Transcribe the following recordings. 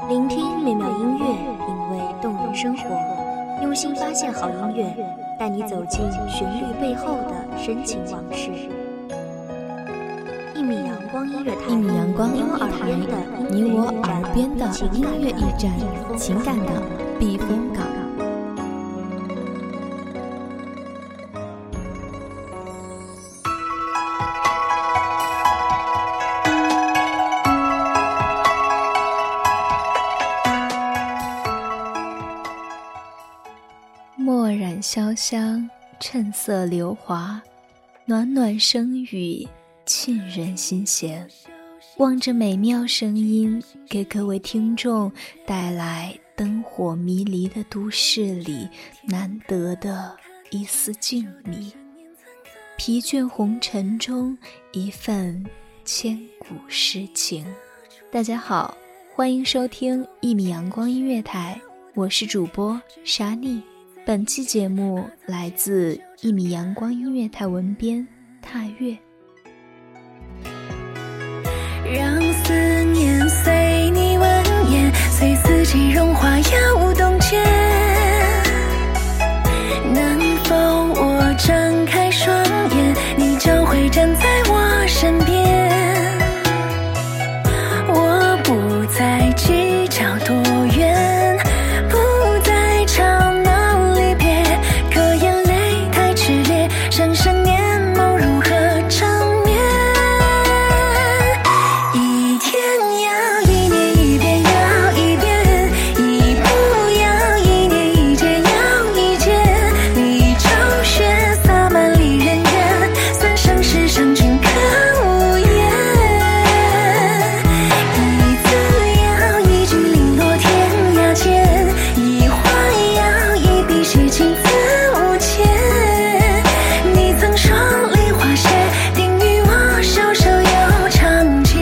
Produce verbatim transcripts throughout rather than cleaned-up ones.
聆听美妙音乐，品味动人生活，用心发现好音乐，带你走进旋律背后的深情往事。一米阳光音乐台， 一米阳光音乐台，你我耳边的音乐驿站，情感的避风港。墨染潇湘，趁色流华，暖暖声语，沁人心弦。望着美妙声音，给各位听众带来灯火迷离的都市里难得的一丝静谧，疲倦红尘中一份千古诗情。大家好，欢迎收听一米阳光音乐台，我是主播沙妮。本期节目来自一米阳光音乐台文编踏月。 让思念随你蜿蜒，随四季融化摇动间，能否我睁开双眼，你就会站在我身边。我不再计较多远，不再吵闹离别，可眼泪太炽烈，深深念眸如何长眠。一天要一年，一遍要一遍，一步要一年，一节要一节，离愁雪洒满离人缘，三生石上君可无言。一字要一句零落天涯间，一画要一笔写情字无间。你曾说梨花雪定与我手手又长结。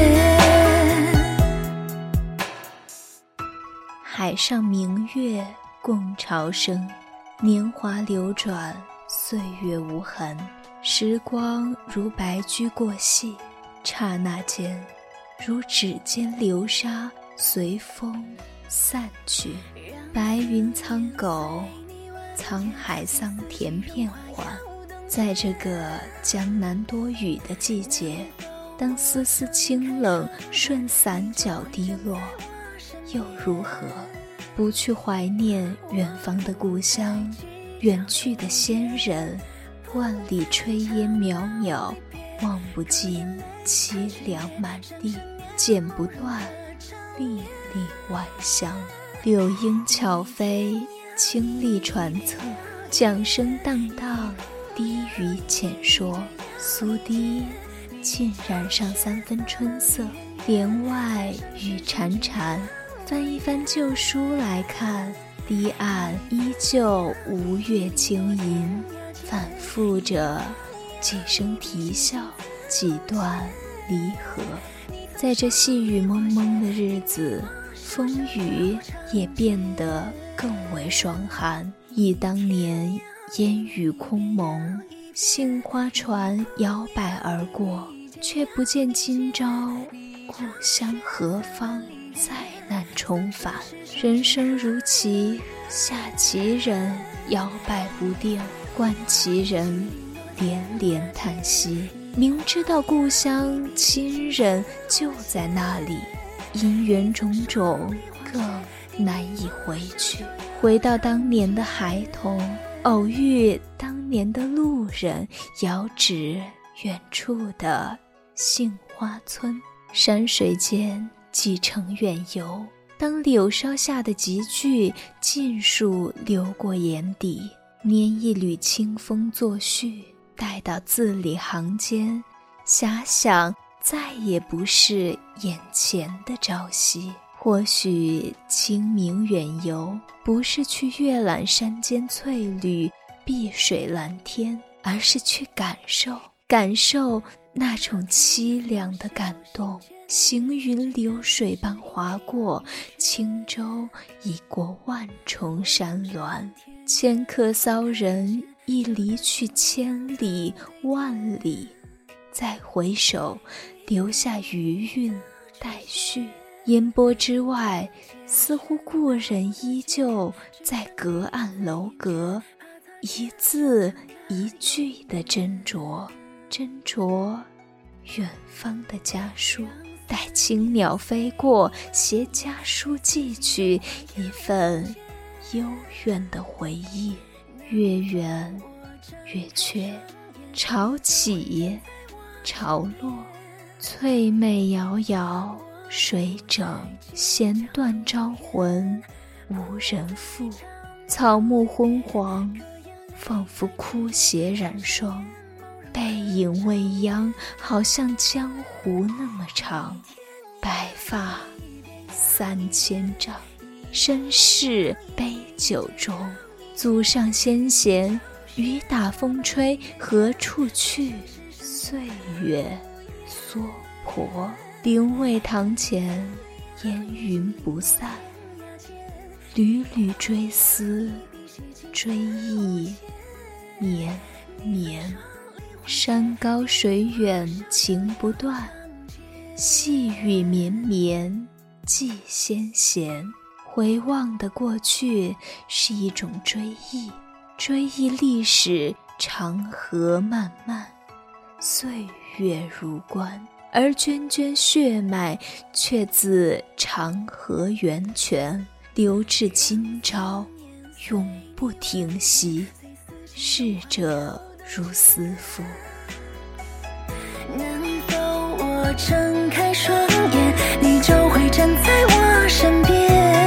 海上明月共潮生，年华流转，岁月无痕。时光如白驹过隙，刹那间如指尖流沙，随风散去。白云苍狗，沧海桑田变幻。在这个江南多雨的季节，当丝丝清冷顺伞脚滴落，又如何不去怀念远方的故乡，远去的先人。万里炊烟渺渺，望不尽凄凉满地，剪不断粒粒晚香。柳莺巧飞，清丽传侧，桨声荡荡，低语浅说。苏堤浸染上三分春色，帘外雨潺潺。翻一翻旧书来看，堤岸依旧吴越轻吟，反复着几声啼笑，几段离合。在这细雨蒙蒙的日子，风雨也变得更为霜寒。忆当年烟雨空蒙，杏花船摇摆而过，却不见今朝故乡何方，灾难重返。人生如棋，下棋人摇摆不定，观棋人连连叹息。明知道故乡亲人就在那里，因缘种种更难以回去。回到当年的孩童，偶遇当年的路人，遥指远处的杏花村。山水间几程远游，当柳梢下的集句尽数流过眼底，拈一缕清风作序，待到字里行间，遐想再也不是眼前的朝夕。或许清明远游不是去阅览山间翠绿碧水蓝天，而是去感受感受那种凄凉的感动。行云流水般划过，轻舟已过万重山峦。迁客骚人已离去千里万里，再回首留下余韵待续。 烟波之外，似乎故人依旧在隔岸楼阁，一字一句地斟酌斟酌远方的家书。待青鸟飞过，携家书寄去一份悠远的回忆。月圆月缺，潮起潮落，翠袂遥遥，水整弦断招魂，无人复。草木昏黄，仿佛枯血染霜，背影未央，好像江湖那么长。白发三千丈，身世杯酒中。祖上先贤，雨打风吹何处去？岁月娑婆，灵位堂前，烟云不散。缕缕追思，追忆绵绵。山高水远情不断，细雨绵绵寄先贤。回望的过去是一种追忆，追忆历史长河漫漫，岁月如关，而涓涓血脉却自长河源泉流至今朝，永不停息。逝者如斯夫。 能否我睁开双眼，你就会站在我身边，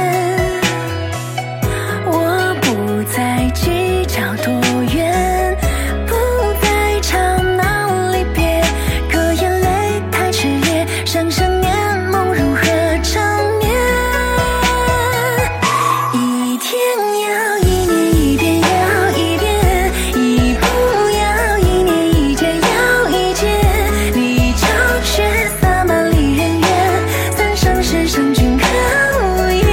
我不再计较多远，不再吵闹离别，可眼泪太炽烈，声声念梦如何长眠。一天要一年，一遍要一遍，一步要一年，一节要一节，你巢穴洒满离人缘，三生石上君可无言。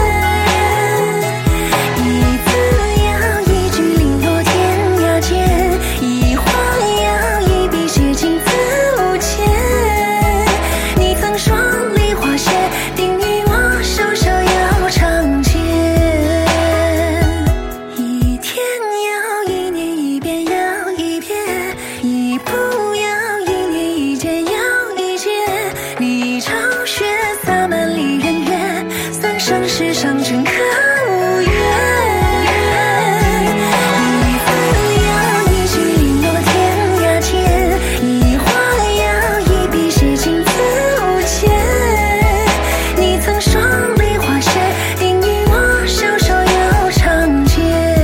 一字要一句零落天涯间，一画要一笔写尽字无间。你曾说梨花谢，定义我手手要长剑。一天要一年，一遍要一遍，一步要一年，一节要一节，你巢穴洒满离人缘，三生石上君可无缘。一字要一句零落天涯间，一画要一笔写尽字无间。你曾说梨花谢，定义我手手要长剑。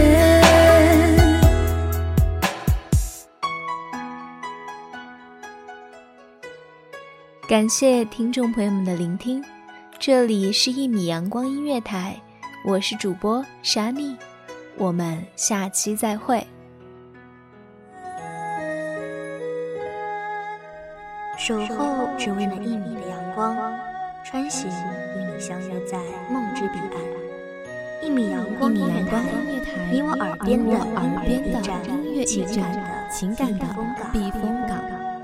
感谢听众朋友们的聆听，这里是一米阳光音乐台，我是主播莎妮，我们下期再会。 守候只为那一米的阳光，穿行与你相约在梦之彼岸。一米阳光音乐台，你我耳边的耳边的音乐驿站， 音乐驿站， 情感的情感的避风港。